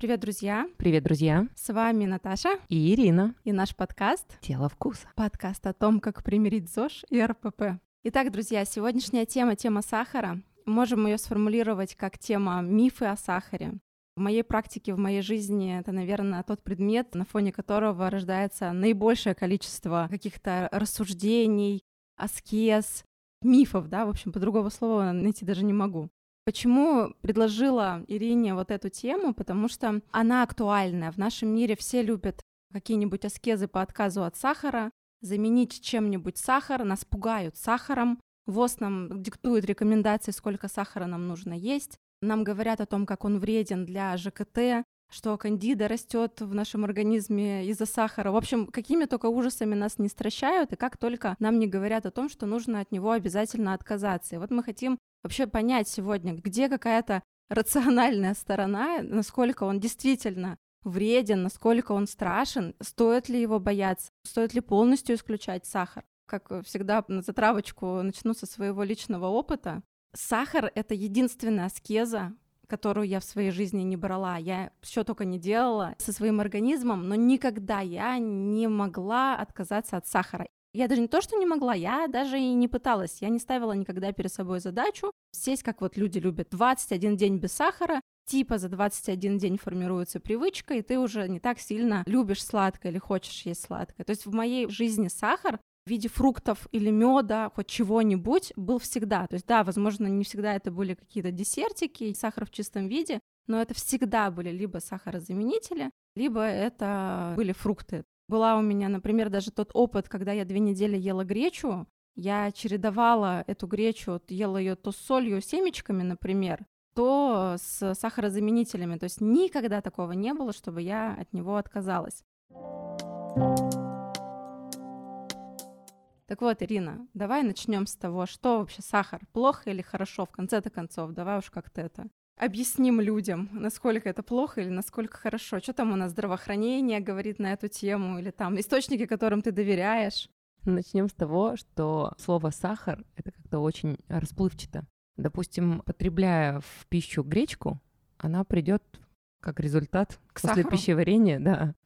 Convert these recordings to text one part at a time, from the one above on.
Привет, друзья! Привет, друзья! С вами Наташа и Ирина. И наш подкаст «Тело вкуса». Подкаст о том, как примирить ЗОЖ и РПП. Итак, друзья, сегодняшняя тема сахара. Можем ее сформулировать как тема мифы о сахаре. В моей практике, в моей жизни это, наверное, тот предмет, на фоне которого рождается наибольшее количество каких-то рассуждений, аскез, мифов, да, в общем, по-другому слова найти даже не могу. Почему предложила Ирине вот эту тему? Потому что она актуальная. В нашем мире все любят какие-нибудь аскезы по отказу от сахара, заменить чем-нибудь сахар, нас пугают сахаром. ВОЗ нам диктует рекомендации, сколько сахара нам нужно есть. Нам говорят о том, как он вреден для ЖКТ, что кандида растет в нашем организме из-за сахара. В общем, какими только ужасами нас не стращают, и как только нам не говорят о том, что нужно от него обязательно отказаться. И вот мы хотим вообще понять сегодня, где какая-то рациональная сторона, насколько он действительно вреден, насколько он страшен, стоит ли его бояться, стоит ли полностью исключать сахар. Как всегда, на затравочку начну со своего личного опыта. Сахар — это единственная аскеза, которую я в своей жизни не брала. Я что только не делала со своим организмом, но никогда я не могла отказаться от сахара. Я даже не то, что не могла, я даже и не пыталась. Я не ставила никогда перед собой задачу сесть, как вот люди любят, 21 день без сахара, типа за 21 день формируется привычка, и ты уже не так сильно любишь сладкое или хочешь есть сладкое. То есть в моей жизни сахар в виде фруктов или меда, хоть чего-нибудь, был всегда. То есть да, возможно, не всегда это были какие-то десертики, сахар в чистом виде, но это всегда были либо сахарозаменители, либо это были фрукты. Была у меня, например, даже тот опыт, когда я 2 недели ела гречу, я чередовала эту гречу, ела ее то с солью, семечками, например, то с сахарозаменителями. То есть никогда такого не было, чтобы я от него отказалась. Так вот, Ирина, давай начнем с того, что вообще сахар, плохо или хорошо, в конце-то концов, давай уж как-то это объясним людям, насколько это плохо или насколько хорошо. Что там у нас здравоохранение говорит на эту тему, или там источники, которым ты доверяешь? Начнем с того, что слово «сахар» — это как-то очень расплывчато. Допустим, потребляя в пищу гречку, она придет как результат после пищеварения,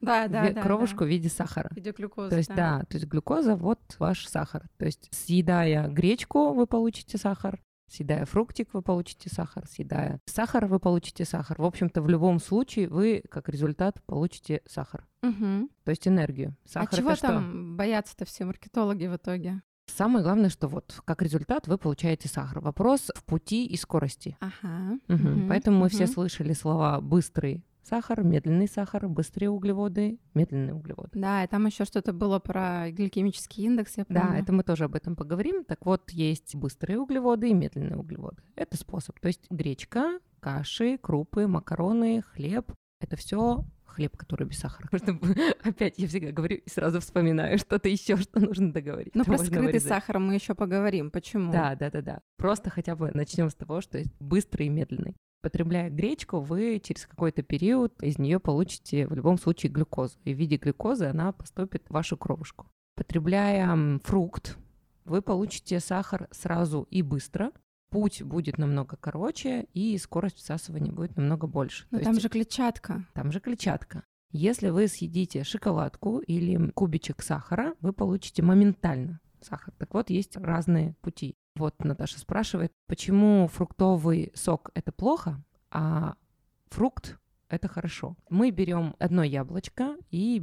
кровушку в виде сахара. В виде глюкозы, то есть, то есть глюкоза — вот ваш сахар. То есть, съедая гречку, вы получите сахар, съедая фруктик, вы получите сахар, съедая сахар, вы получите сахар. В общем-то, в любом случае вы, как результат, получите сахар. Угу. То есть энергию. Сахар — чего это там боятся-то все маркетологи в итоге? Самое главное, что вот как результат вы получаете сахар. Вопрос в пути и скорости. Ага. Поэтому мы все слышали слова «быстрый сахар», «медленный сахар», «быстрые углеводы», «медленные углеводы». Да, и там еще что-то было про гликемический индекс, я помню. Да, это мы тоже об этом поговорим. Так вот, есть быстрые углеводы и медленные углеводы. Это способ. То есть гречка, каши, крупы, макароны, хлеб — это все хлеб, который без сахара. Опять я всегда говорю и сразу вспоминаю что-то еще, что нужно договорить. Но про скрытый сахар мы еще поговорим. Почему? Да. Просто хотя бы начнем с того, что есть быстрый и медленный. Потребляя гречку, вы через какой-то период из нее получите в любом случае глюкозу. И в виде глюкозы она поступит в вашу кровушку. Потребляя фрукт, вы получите сахар сразу и быстро. Путь будет намного короче, и скорость всасывания будет намного больше. Но там же клетчатка. Там же клетчатка. Если вы съедите шоколадку или кубичек сахара, вы получите моментально сахар. Так вот, есть разные пути. Вот Наташа спрашивает, почему фруктовый сок — это плохо, а фрукт — это хорошо. Мы берем одно яблочко и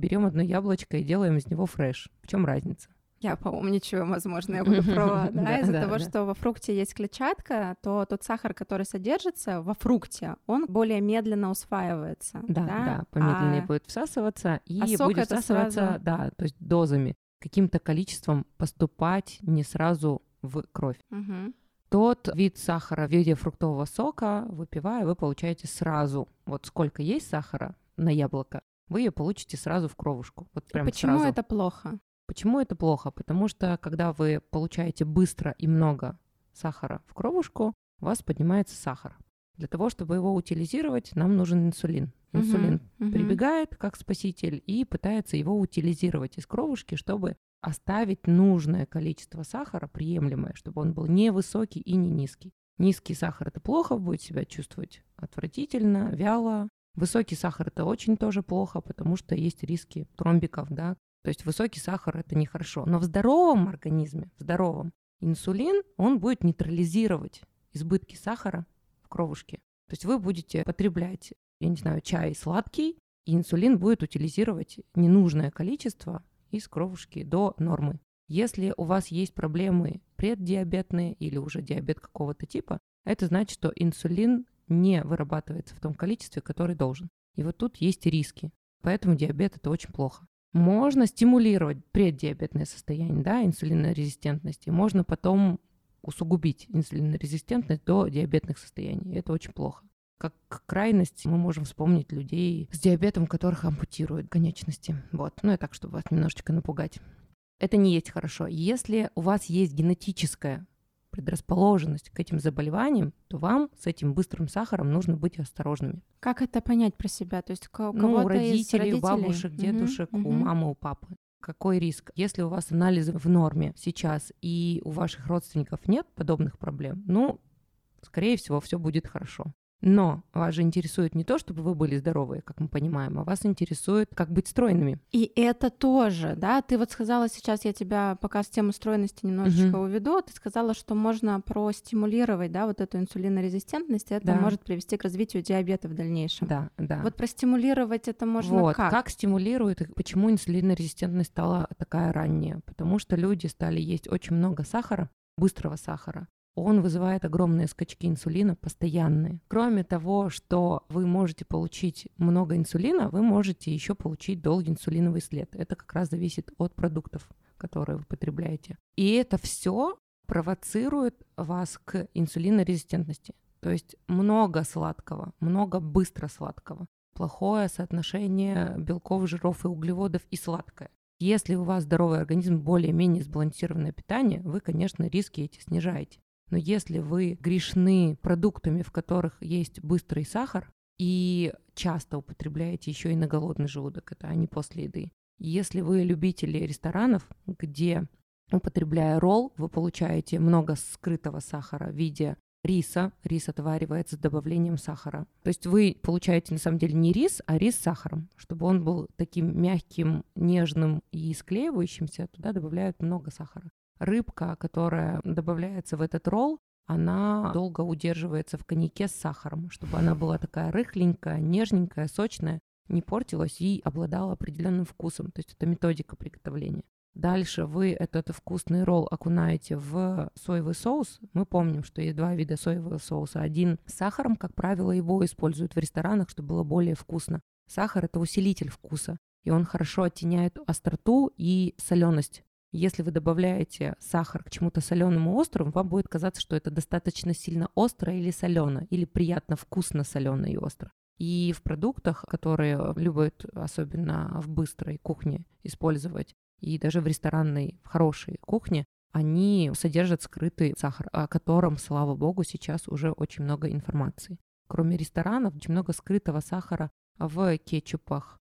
делаем из него фреш. В чем разница? Я поумничаю, возможно, я буду права. Из-за того, что во фрукте есть клетчатка, то тот сахар, который содержится во фрукте, он более медленно усваивается. Да, помедленнее будет всасываться и будет всасываться, то есть дозами, каким-то количеством поступать не сразу в кровь. Тот вид сахара в виде фруктового сока, выпивая, вы получаете сразу. Вот сколько есть сахара на яблоко, вы ее получите сразу в кровушку. Вот прям почему сразу. Это плохо? Почему это плохо? Потому что, когда вы получаете быстро и много сахара в кровушку, у вас поднимается сахар. Для того, чтобы его утилизировать, нам нужен инсулин. Инсулин прибегает как спаситель и пытается его утилизировать из кровушки, чтобы оставить нужное количество сахара, приемлемое, чтобы он был не высокий и не низкий. Низкий сахар — это плохо, вы будете себя чувствовать отвратительно, вяло, Высокий сахар – это очень тоже плохо, потому что есть риски тромбиков, да. То есть высокий сахар – это нехорошо. Но в здоровом организме, в здоровом, инсулин, он будет нейтрализировать избытки сахара в кровушке. То есть вы будете потреблять, я не знаю, чай сладкий, и инсулин будет утилизировать ненужное количество из кровушки до нормы. Если у вас есть проблемы преддиабетные или уже диабет какого-то типа, это значит, что инсулин не вырабатывается в том количестве, который должен. И вот тут есть риски. Поэтому диабет – это очень плохо. Можно стимулировать преддиабетное состояние, да, инсулинорезистентности. Можно потом усугубить инсулинорезистентность до диабетных состояний. Это очень плохо. Как крайность мы можем вспомнить людей с диабетом, которых ампутируют конечности. Вот. Ну и так, чтобы вас немножечко напугать. Это не есть хорошо. Если у вас есть генетическая предрасположенность к этим заболеваниям, то вам с этим быстрым сахаром нужно быть осторожными. Как это понять про себя? То есть у кого-то у родителей, у бабушек, Мгм, дедушек, у мгм. мамы, у папы. Какой риск? Если у вас анализы в норме сейчас и у ваших родственников нет подобных проблем, скорее всего, все будет хорошо. Но вас же интересует не то, чтобы вы были здоровые, как мы понимаем, а вас интересует, как быть стройными. И это тоже, да, ты вот сказала сейчас, я тебя пока с темы стройности немножечко уведу, ты сказала, что можно простимулировать, да, вот эту инсулинорезистентность, и это Да. может привести к развитию диабета в дальнейшем. Да. Вот простимулировать это можно Вот, как? как стимулирует, и почему инсулинорезистентность стала такая ранняя? Потому что люди стали есть очень много сахара, быстрого сахара. Он вызывает огромные скачки инсулина, постоянные. Кроме того, что вы можете получить много инсулина, вы можете еще получить долгий инсулиновый след. Это как раз зависит от продуктов, которые вы потребляете. И это все провоцирует вас к инсулинорезистентности. То есть много сладкого, много быстро сладкого. Плохое соотношение белков, жиров и углеводов и сладкое. Если у вас здоровый организм, более-менее сбалансированное питание, вы, конечно, риски эти снижаете. Но если вы грешны продуктами, в которых есть быстрый сахар, и часто употребляете еще и на голодный желудок, это не после еды. Если вы любители ресторанов, где, употребляя ролл, вы получаете много скрытого сахара в виде риса. Рис отваривается с добавлением сахара. То есть вы получаете на самом деле не рис, а рис с сахаром. Чтобы он был таким мягким, нежным и склеивающимся, туда добавляют много сахара. Рыбка, которая добавляется в этот ролл, она долго удерживается в коньяке с сахаром, чтобы она была такая рыхленькая, нежненькая, сочная, не портилась и обладала определенным вкусом. То есть это методика приготовления. Дальше вы этот вкусный ролл окунаете в соевый соус. Мы помним, что есть два вида соевого соуса. Один с сахаром, как правило, его используют в ресторанах, чтобы было более вкусно. Сахар – это усилитель вкуса, и он хорошо оттеняет остроту и соленость. Если вы добавляете сахар к чему-то соленому острому, вам будет казаться, что это достаточно сильно остро или солено, или приятно вкусно солено и остро. И в продуктах, которые любят особенно в быстрой кухне использовать, и даже в ресторанной, в хорошей кухне, они содержат скрытый сахар, о котором, слава богу, сейчас уже очень много информации. Кроме ресторанов, очень много скрытого сахара в кетчупах,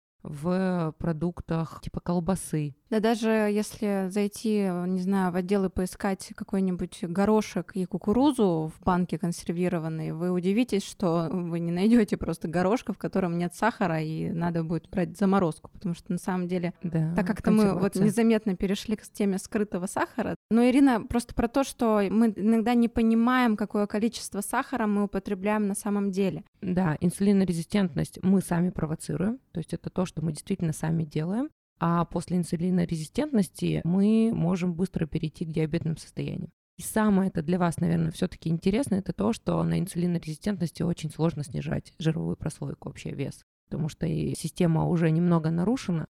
в продуктах типа колбасы. Да даже если зайти, не знаю, в отдел и поискать какой-нибудь горошек и кукурузу в банке консервированной, вы удивитесь, что вы не найдете просто горошка, в котором нет сахара, и надо будет брать заморозку, потому что на самом деле, Да, так как-то мы вот незаметно перешли к теме скрытого сахара. Но, Ирина, просто про то, что мы иногда не понимаем, какое количество сахара мы употребляем на самом деле. Да, инсулинорезистентность мы сами провоцируем, то есть это то, что мы действительно сами делаем. А после инсулинорезистентности мы можем быстро перейти к диабетным состояниям. И самое это для вас, наверное, все-таки интересно, это то, что на инсулинорезистентности очень сложно снижать жировую прослойку, вообще вес, потому что и система уже немного нарушена,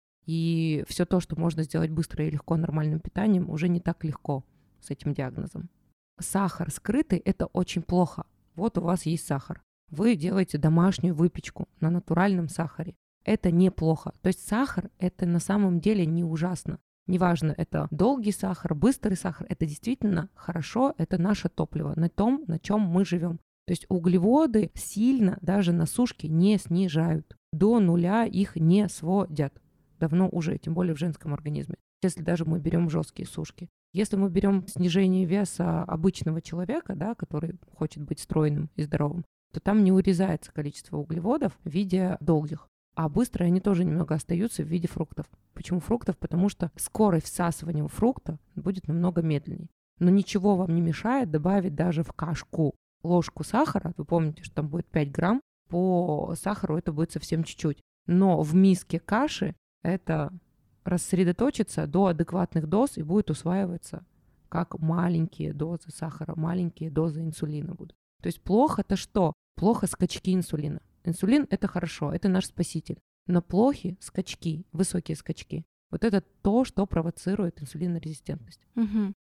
и все то, что можно сделать быстро и легко нормальным питанием, уже не так легко с этим диагнозом. Сахар скрытый – это очень плохо. Вот у вас есть сахар. Вы делаете домашнюю выпечку на натуральном сахаре. Это неплохо. То есть сахар – это на самом деле не ужасно. Неважно, это долгий сахар, быстрый сахар, это действительно хорошо, это наше топливо, на том, на чем мы живем. То есть углеводы сильно даже на сушке не снижают. До нуля их не сводят. Давно уже, тем более в женском организме. Если даже мы берем жесткие сушки. Если мы берем снижение веса обычного человека, да, который хочет быть стройным и здоровым, то там не урезается количество углеводов в виде долгих. А быстрые они тоже немного остаются в виде фруктов. Почему фруктов? Потому что скорость всасывания у фрукта будет намного медленнее. Но ничего вам не мешает добавить даже в кашку ложку сахара. Вы помните, что там будет 5 грамм. По сахару это будет совсем чуть-чуть. Но в миске каши это рассредоточится до адекватных доз и будет усваиваться как маленькие дозы сахара, маленькие дозы инсулина будут. То есть плохо-то что? Плохо скачки инсулина. Инсулин – это хорошо, это наш спаситель. Но плохи скачки, высокие скачки. Вот это то, что провоцирует инсулинорезистентность. Угу.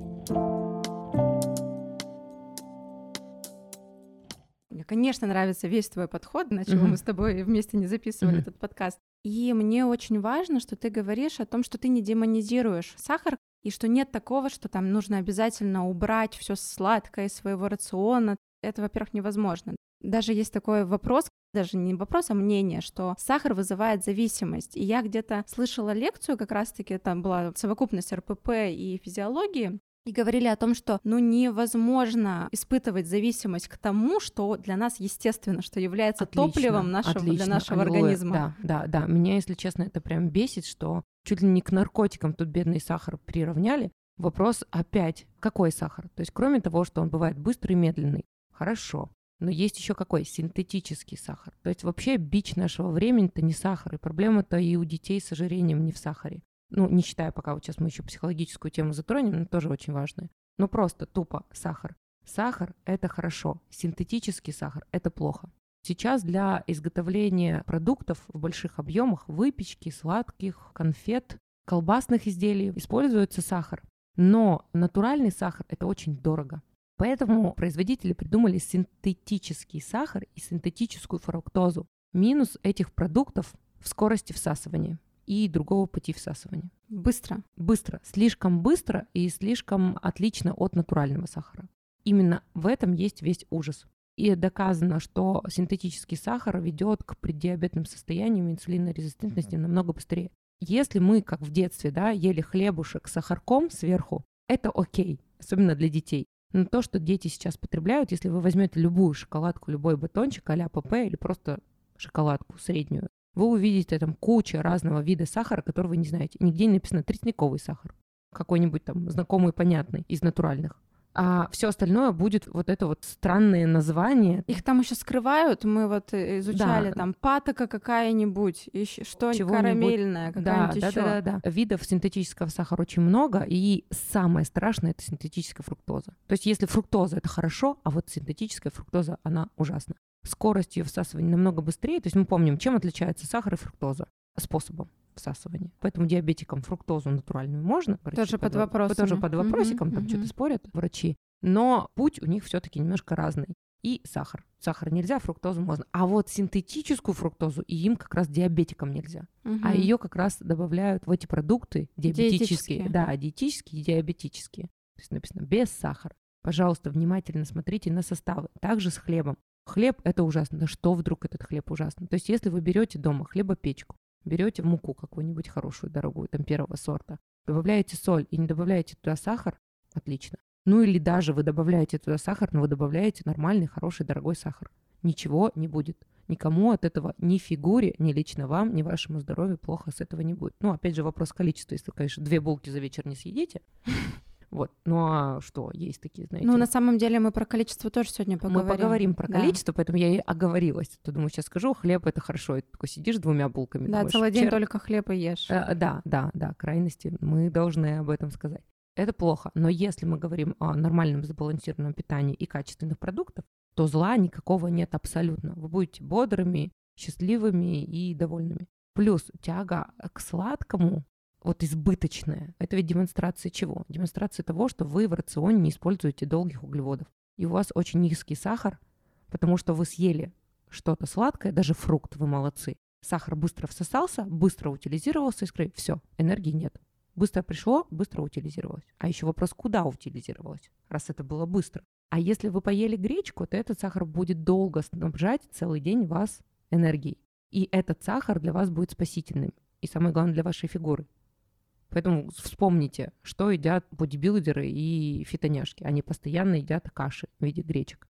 Мне, конечно, нравится весь твой подход, иначе мы с тобой вместе не записывали этот подкаст. И мне очень важно, что ты говоришь о том, что ты не демонизируешь сахар, и что нет такого, что там нужно обязательно убрать все сладкое из своего рациона. Это, во-первых, невозможно. Даже есть такой вопрос, даже не вопрос, а мнение, что сахар вызывает зависимость. И я где-то слышала лекцию, как раз-таки там была совокупность РПП и физиологии, и говорили о том, что невозможно испытывать зависимость к тому, что для нас естественно, что является топливом для нашего организма. Да. Меня, если честно, это прям бесит, что чуть ли не к наркотикам тут бедный сахар приравняли. Вопрос опять, какой сахар? То есть кроме того, что он бывает быстрый и медленный, хорошо. Но есть еще какой? Синтетический сахар. То есть вообще бич нашего времени-то не сахар. И проблема-то и у детей с ожирением не в сахаре. Ну, не считая пока, вот сейчас мы еще психологическую тему затронем, но тоже очень важная. Но просто тупо сахар. Сахар – это хорошо, синтетический сахар – это плохо. Сейчас для изготовления продуктов в больших объемах, выпечки, сладких, конфет, колбасных изделий используется сахар. Но натуральный сахар – это очень дорого. Поэтому производители придумали синтетический сахар и синтетическую фруктозу. Минус этих продуктов в скорости всасывания и другого пути всасывания. Быстро. Слишком быстро и слишком отлично от натурального сахара. Именно в этом есть весь ужас. И доказано, что синтетический сахар ведет к преддиабетным состояниям, инсулинорезистентности намного быстрее. Если мы, как в детстве, ели хлебушек с сахарком сверху, это окей, особенно для детей. Но то, что дети сейчас потребляют, если вы возьмете любую шоколадку, любой батончик а-ля ПП или просто шоколадку среднюю, вы увидите там кучу разного вида сахара, который вы не знаете. Нигде не написано тростниковый сахар, какой-нибудь там знакомый, понятный, из натуральных. А все остальное будет вот это вот странное название. Их там еще скрывают, мы вот изучали, там патока какая-нибудь, что-нибудь карамельное, какая-нибудь еще. Да. Видов синтетического сахара очень много, и самое страшное – это синтетическая фруктоза. То есть если фруктоза – это хорошо, а вот синтетическая фруктоза, она ужасна. Скорость ее всасывания намного быстрее. То есть мы помним, чем отличается сахар и фруктоза? Способом всасывания. Поэтому диабетикам фруктозу натуральную можно. Тоже под вопросом. Тоже под вопросиком, там что-то спорят врачи. Но путь у них все-таки немножко разный. И сахар. Сахар нельзя, фруктозу можно. А вот синтетическую фруктозу и им как раз диабетикам нельзя. А ее как раз добавляют в эти продукты диабетические. Да, диетические и диабетические. То есть написано без сахара. Пожалуйста, внимательно смотрите на составы. Также с хлебом. Хлеб – это ужасно. Да что вдруг этот хлеб ужасно? То есть если вы берете дома хлебопечку, берете муку какую-нибудь хорошую, дорогую, там первого сорта, добавляете соль и не добавляете туда сахар, отлично. Ну или даже вы добавляете туда сахар, но вы добавляете нормальный, хороший, дорогой сахар. Ничего не будет. Никому от этого, ни фигуре, ни лично вам, ни вашему здоровью плохо с этого не будет. Ну, опять же, вопрос количества. Если, конечно, 2 булки за вечер не съедите, вот. Ну а что, есть такие, знаете. Ну, на самом деле мы про количество тоже сегодня поговорим. Мы поговорим про количество, поэтому я и оговорилась. То думаю, сейчас скажу, хлеб – это хорошо. И ты такой сидишь 2 булками. Да, думаешь, целый день только хлеб и ешь. Да, крайности. Мы должны об этом сказать. Это плохо. Но если мы говорим о нормальном сбалансированном питании и качественных продуктах, то зла никакого нет абсолютно. Вы будете бодрыми, счастливыми и довольными. Плюс тяга к сладкому, вот избыточная, это ведь демонстрация чего? Демонстрация того, что вы в рационе не используете долгих углеводов. И у вас очень низкий сахар, потому что вы съели что-то сладкое, даже фрукт, вы молодцы. Сахар быстро всосался, быстро утилизировался из крови. Все, энергии нет. Быстро пришло, быстро утилизировалось. А еще вопрос, куда утилизировалось, раз это было быстро. А если вы поели гречку, то этот сахар будет долго снабжать целый день вас энергией. И этот сахар для вас будет спасительным. И самое главное, для вашей фигуры. Поэтому вспомните, что едят бодибилдеры и фитоняшки. Они постоянно едят каши в виде гречек.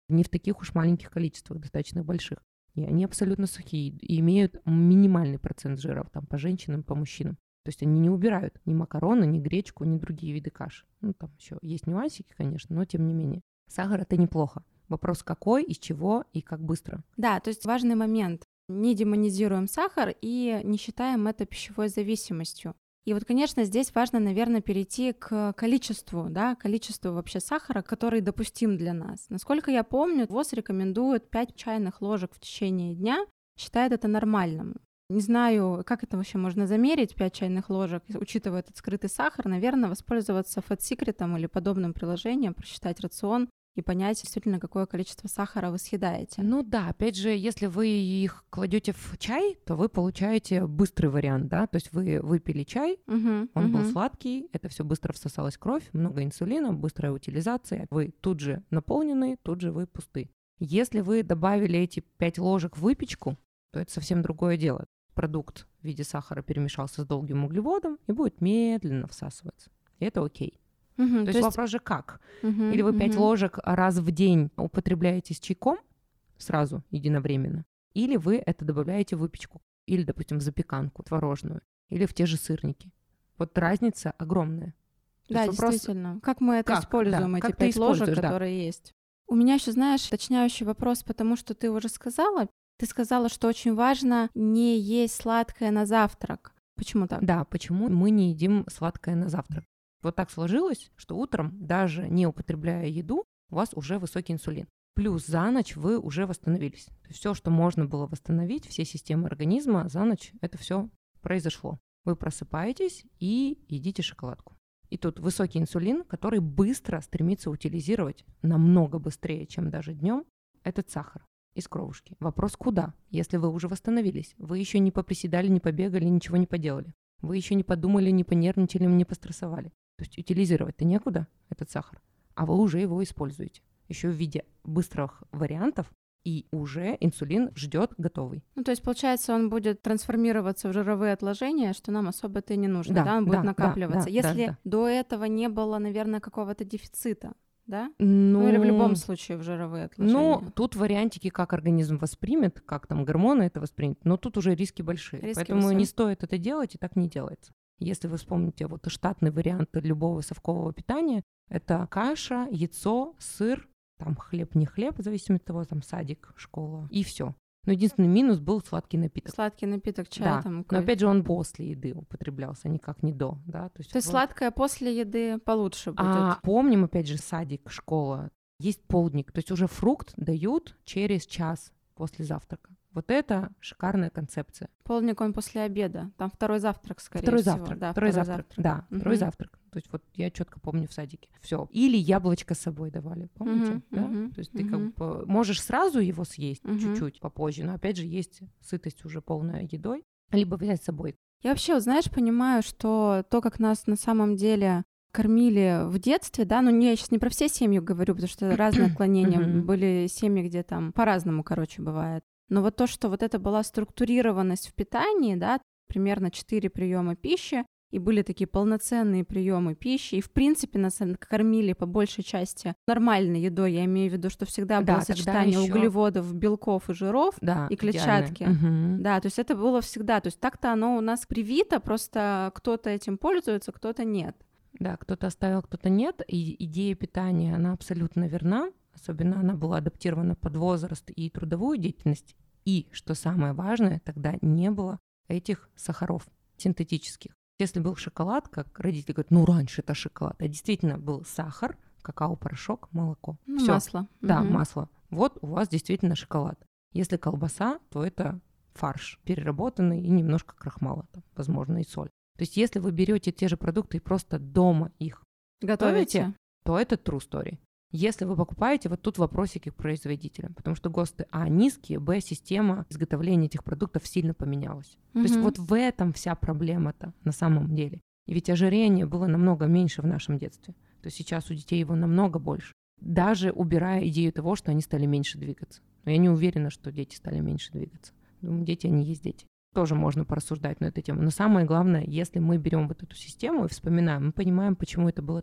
не в таких уж маленьких количествах, достаточно больших. И они абсолютно сухие и имеют минимальный процент жиров там, по женщинам, по мужчинам. То есть они не убирают ни макароны, ни гречку, ни другие виды каш. Там еще есть нюансики, конечно, но тем не менее. Сахар — это неплохо. Вопрос какой, из чего и как быстро. Да, то есть важный момент. Не демонизируем сахар и не считаем это пищевой зависимостью. И вот, конечно, здесь важно, наверное, перейти к количеству, да, количеству вообще сахара, который допустим для нас. Насколько я помню, ВОЗ рекомендует 5 чайных ложек в течение дня, считает это нормальным. Не знаю, как это вообще можно замерить, 5 чайных ложек, учитывая этот скрытый сахар, наверное, воспользоваться Fat Secret или подобным приложением, просчитать рацион и понять действительно, какое количество сахара вы съедаете. Ну да, опять же, если вы их кладете в чай, то вы получаете быстрый вариант, да, то есть вы выпили чай, он был сладкий, это все быстро всосалась кровь, много инсулина, быстрая утилизация, вы тут же наполнены, тут же вы пусты. Если вы добавили эти 5 ложек в выпечку, то это совсем другое дело. Продукт в виде сахара перемешался с долгим углеводом и будет медленно всасываться. И это окей. То есть вопрос же как? Или вы 5 ложек раз в день употребляете с чайком сразу, единовременно, или вы это добавляете в выпечку, или, допустим, в запеканку творожную, или в те же сырники. Вот разница огромная. Да, действительно. Как мы это используем, эти 5 ложек, которые есть? У меня еще, знаешь, уточняющий вопрос, потому что ты уже сказала. Ты сказала, что очень важно не есть сладкое на завтрак. Почему так? Да, почему мы не едим сладкое на завтрак? Вот так сложилось, что утром, даже не употребляя еду, у вас уже высокий инсулин. Плюс за ночь вы уже восстановились. То есть все, что можно было восстановить, все системы организма, за ночь это все произошло. Вы просыпаетесь и едите шоколадку. И тут высокий инсулин, который быстро стремится утилизировать, намного быстрее, чем даже днем, этот сахар из кровушки. Вопрос куда, если вы уже восстановились? Вы еще не поприседали, не побегали, ничего не поделали. Вы еще не подумали, не понервничали, не пострессовали. То есть утилизировать-то некуда, этот сахар, а вы уже его используете. Еще в виде быстрых вариантов, и уже инсулин ждет готовый. Ну, то есть, получается, он будет трансформироваться в жировые отложения, что нам особо-то и не нужно, да? Он будет накапливаться. Если до этого не было, наверное, какого-то дефицита, да? Ну, или в любом случае в жировые отложения. Ну, тут вариантики, как организм воспримет, как там гормоны это воспримут, но тут уже риски большие. Поэтому не стоит это делать, и так не делается. Если вы вспомните вот штатный вариант любого совкового питания, это каша, яйцо, сыр, там хлеб, не хлеб, в зависимости от того, там садик, школа, и все. Но единственный минус был сладкий напиток. Сладкий напиток, чай да. там. Но опять же он после еды употреблялся, никак не до. Да? То есть сладкое после еды получше будет. Помним, опять же, садик, школа, есть полдник, то есть уже фрукт дают через час после завтрака. Вот это шикарная концепция. Полдник он после обеда, там второй завтрак, скорее второй всего. Завтрак, да, второй завтрак. Да, второй завтрак. То есть вот я четко помню в садике. Все. Или яблочко с собой давали, помните? Да? То есть ты как бы можешь сразу его съесть чуть-чуть попозже, но опять же есть сытость уже полная едой, либо взять с собой. Я вообще, знаешь, понимаю, что то, как нас на самом деле кормили в детстве, да, но я сейчас не про все семьи говорю, потому что разные отклонения, были семьи, где там по-разному, короче, бывает. Но вот то, что вот это была структурированность в питании, да, примерно 4 приема пищи, и были такие полноценные приемы пищи, и в принципе нас кормили по большей части нормальной едой, я имею в виду, что всегда было сочетание углеводов, белков и жиров, и клетчатки. Да, то есть это было всегда, то есть так-то оно у нас привито, просто кто-то этим пользуется, кто-то нет. Да, кто-то оставил, кто-то нет, и идея питания, она абсолютно верна. Особенно она была адаптирована под возраст и трудовую деятельность. И, что самое важное, тогда не было этих сахаров синтетических. Если был шоколад, как родители говорят, ну раньше это шоколад, а действительно был сахар, какао-порошок, молоко. Всё. Масло. Да, масло. Вот у вас действительно шоколад. Если колбаса, то это фарш переработанный и немножко крахмала, там, возможно, и соль. То есть если вы берете те же продукты и просто дома их готовите, то это true story. Если вы покупаете, вот тут вопросики к производителям, потому что ГОСТы низкие, система изготовления этих продуктов сильно поменялась. То есть вот в этом вся проблема-то на самом деле. И ведь ожирение было намного меньше в нашем детстве. То есть сейчас у детей его намного больше. Даже убирая идею того, что они стали меньше двигаться. Но я не уверена, что дети стали меньше двигаться. Думаю, дети, они есть дети. Тоже можно порассуждать на эту тему. Но самое главное, если мы берем вот эту систему и вспоминаем, мы понимаем, почему это было так.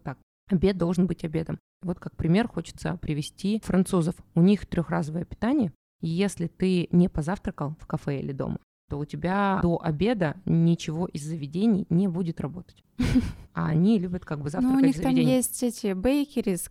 Обед должен быть обедом. Вот как пример хочется привести французов. У них 3-разовое питание, и если ты не позавтракал в кафе или дома, то у тебя до обеда ничего из заведений не будет работать. А они любят как бы Ну, завтракать у в них там заведении. есть эти бейкерис,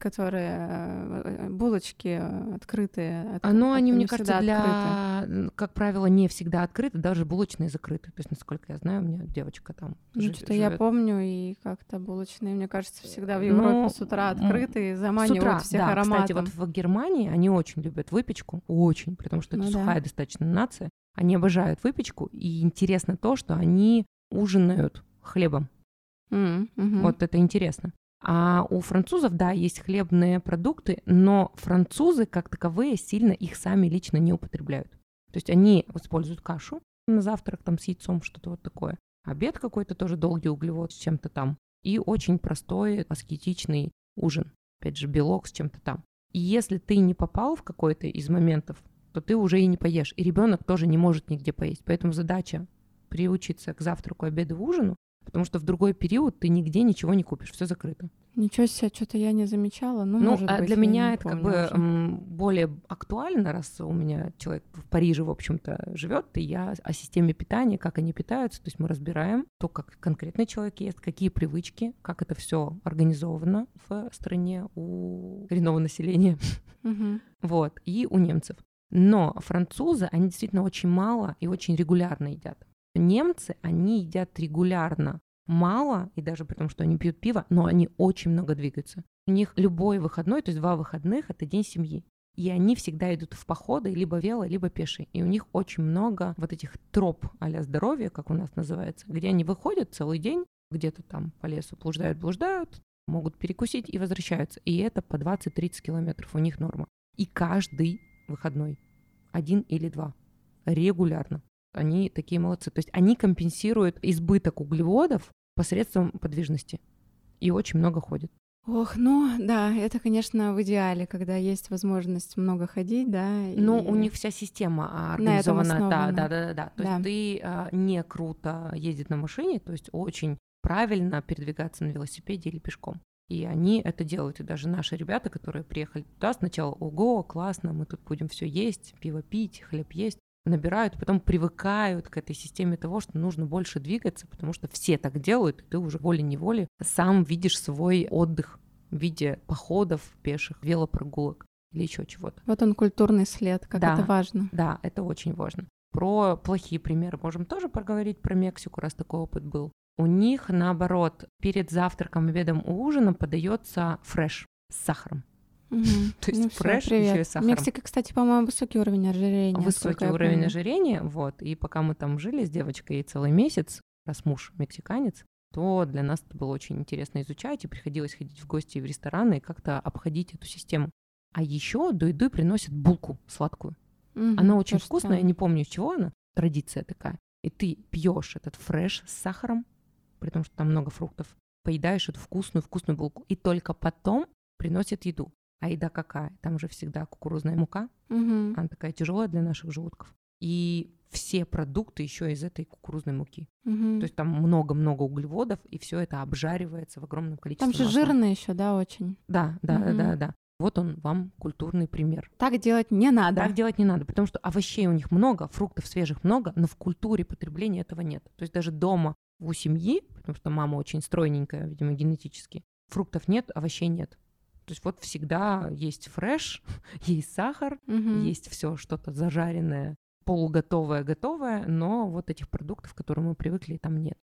которые булочки открытые. Но они, не мне всегда кажется, открыты. как правило, не всегда открыты, даже булочные закрыты. То есть, насколько я знаю, у меня девочка там Ну, что-то я живет. помню, и как-то булочные, мне кажется, всегда в Европе Ну, с утра м, открыты и с заманивают утра, всех да. Кстати, ароматом. вот в Германии они очень любят выпечку, очень, потому что это Ну да. сухая достаточно нация. Они обожают выпечку, и интересно то, что они ужинают хлебом. Мгм. Вот это интересно. А у французов, да, есть хлебные продукты, но французы, как таковые, сильно их сами лично не употребляют. То есть они используют кашу на завтрак там с яйцом, что-то вот такое. Обед какой-то тоже долгий углевод с чем-то там. И очень простой аскетичный ужин. Опять же, белок с чем-то там. И если ты не попал в какой-то из моментов, то ты уже и не поешь. И ребенок тоже не может нигде поесть. Поэтому задача приучиться к завтраку, обеду, ужину, потому что в другой период ты нигде ничего не купишь, все закрыто. Ничего себе, что-то я не замечала. Ну, Ну, может быть, для я меня не это как помню бы уже. более актуально, раз у меня человек в Париже, в общем-то, живет, и я о системе питания, как они питаются, то есть мы разбираем то, как конкретный человек ест, какие привычки, как это все организовано в стране у коренного населения, Мгм. вот, и у немцев. Но французы, они действительно очень мало и очень регулярно едят. Немцы, они едят регулярно мало, и даже при том, что они пьют пиво, но они очень много двигаются. У них любой выходной, то есть 2 выходных, это день семьи. И они всегда идут в походы, либо вело, либо пешие. И у них очень много вот этих троп а-ля здоровья, как у нас называется, где они выходят целый день, где-то там по лесу блуждают, могут перекусить и возвращаются. И это по 20-30 километров у них норма. И каждый выходной 1 или 2 регулярно. Они такие молодцы. То есть они компенсируют избыток углеводов посредством подвижности. И очень много ходят. Ох, ну да, это, конечно, в идеале, когда есть возможность много ходить, да, Но у и них вся система на этом организована. Да. основано. То Да. есть ты не круто ездить на машине, то есть очень правильно передвигаться на велосипеде или пешком. И они это делают. И даже наши ребята, которые приехали туда, сначала, ого, классно, мы тут будем все есть, пиво пить, хлеб есть, набирают, потом привыкают к этой системе того, что нужно больше двигаться, потому что все так делают, и ты уже волей-неволей сам видишь свой отдых в виде походов пеших, велопрогулок или еще чего-то. Вот он культурный след, как это важно. Да, это очень важно. Про плохие примеры можем тоже поговорить, про Мексику, раз такой опыт был. У них, наоборот, перед завтраком, обедом и ужином подается фреш с сахаром. То есть Ну всё, фреш привет. еще и с сахаром. Мексика, кстати, по-моему, высокий уровень ожирения. насколько Высокий я уровень помню. ожирения, вот. И пока мы там жили с девочкой целый месяц, раз муж мексиканец, то для нас это было очень интересно изучать, и приходилось ходить в гости в рестораны и как-то обходить эту систему. А еще до еды приносят булку сладкую. Она очень То, что вкусная, я не помню, из чего она, традиция такая. И ты пьешь этот фреш с сахаром, при том, что там много фруктов, поедаешь эту вкусную булку, и только потом приносят еду. А еда какая? Там же всегда кукурузная мука, она такая тяжелая для наших желудков. И все продукты еще из этой кукурузной муки. То есть там много-много углеводов, и все это обжаривается в огромном количестве. Там же масла. жирно еще, да, очень. Да. Вот он вам культурный пример. Так делать не надо. Так делать не надо, потому что овощей у них много, фруктов свежих много, но в культуре потребления этого нет. То есть даже дома у семьи, потому что мама очень стройненькая, видимо, генетически, фруктов нет, овощей нет. То есть вот всегда есть фреш, есть сахар, есть все что-то зажаренное, полуготовое, готовое, но вот этих продуктов, к которым мы привыкли, там нет.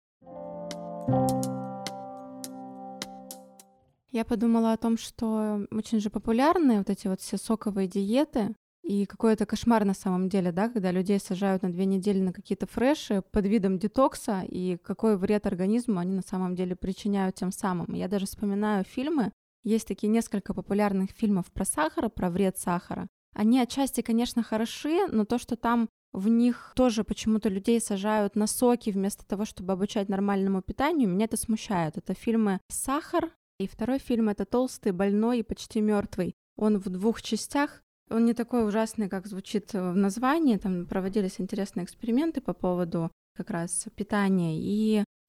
Я подумала о том, что очень же популярны вот эти вот все соковые диеты, и какой это кошмар на самом деле, да, когда людей сажают на 2 недели на какие-то фреши под видом детокса, и какой вред организму они на самом деле причиняют тем самым. Я даже вспоминаю фильмы, есть такие несколько популярных фильмов про сахар, про вред сахара. Они отчасти, конечно, хороши, но то, что там в них тоже почему-то людей сажают на соки вместо того, чтобы обучать нормальному питанию, меня это смущает. Это фильмы «Сахар», и второй фильм — это «Толстый, больной и почти мертвый». Он в 2 частях. Он не такой ужасный, как звучит в названии. Там проводились интересные эксперименты по поводу как раз питания. И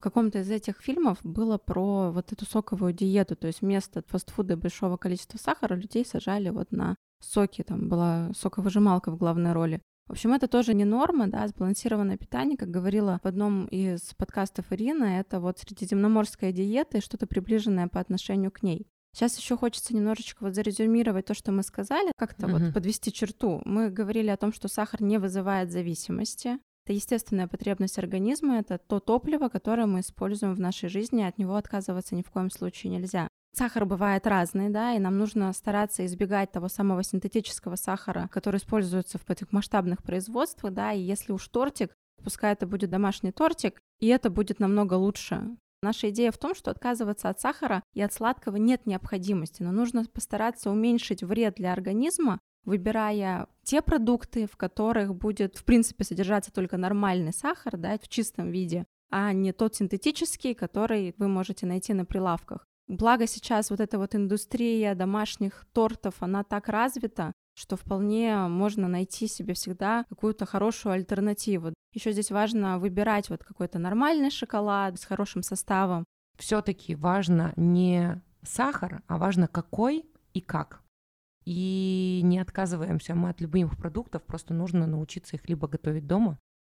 каком-то из этих фильмов было про вот эту соковую диету, то есть вместо фастфуда и большого количества сахара людей сажали вот на соки, там была соковыжималка в главной роли. В общем, это тоже не норма, да, сбалансированное питание, как говорила в одном из подкастов Ирина, это вот средиземноморская диета и что-то приближенное по отношению к ней. Сейчас еще хочется немножечко вот зарезюмировать то, что мы сказали, как-то вот подвести черту. Мы говорили о том, что сахар не вызывает зависимости. Это естественная потребность организма, это то топливо, которое мы используем в нашей жизни, от него отказываться ни в коем случае нельзя. Сахар бывает разный, да, и нам нужно стараться избегать того самого синтетического сахара, который используется в этих масштабных производствах, да, и если уж тортик, пускай это будет домашний тортик, и это будет намного лучше. Наша идея в том, что отказываться от сахара и от сладкого нет необходимости, но нужно постараться уменьшить вред для организма, выбирая те продукты, в которых будет, в принципе, содержаться только нормальный сахар, да, в чистом виде, а не тот синтетический, который вы можете найти на прилавках. Благо сейчас вот эта вот индустрия домашних тортов, она так развита, что вполне можно найти себе всегда какую-то хорошую альтернативу. Еще здесь важно выбирать вот какой-то нормальный шоколад с хорошим составом. Все-таки важно не сахар, а важно какой и как. И не отказываемся мы от любых продуктов, просто нужно научиться их либо готовить дома,